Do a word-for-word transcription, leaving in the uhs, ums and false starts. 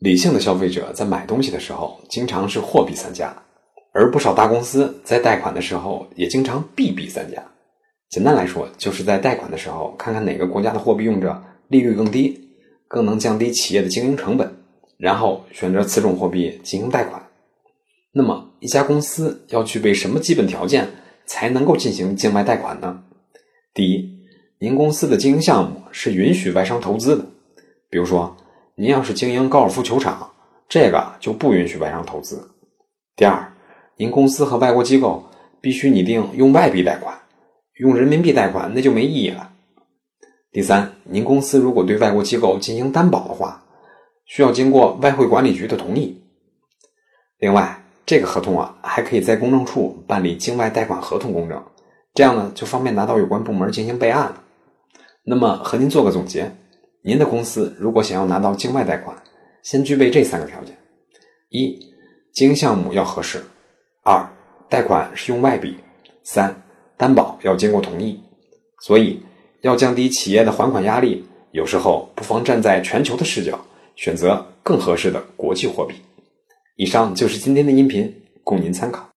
理性的消费者在买东西的时候经常是货比三家，而不少大公司在贷款的时候也经常币比三家。简单来说，就是在贷款的时候看看哪个国家的货币用着利率更低，更能降低企业的经营成本，然后选择此种货币进行贷款。那么一家公司要具备什么基本条件才能够进行境外贷款呢？第一，您公司的经营项目是允许外商投资的，比如说您要是经营高尔夫球场，这个就不允许外商投资。第二，您公司和外国机构必须拟定用外币贷款，用人民币贷款那就没意义了。第三，您公司如果对外国机构进行担保的话，需要经过外汇管理局的同意。另外，这个合同啊，还可以在公证处办理境外贷款合同公证，这样呢就方便拿到有关部门进行备案了。那么和您做个总结，您的公司如果想要拿到境外贷款，先具备这三个条件：一、经营项目要合适；二、贷款是用外币；三、担保要经过同意。所以要降低企业的还款压力，有时候不妨站在全球的视角，选择更合适的国际货币。以上就是今天的音频，供您参考。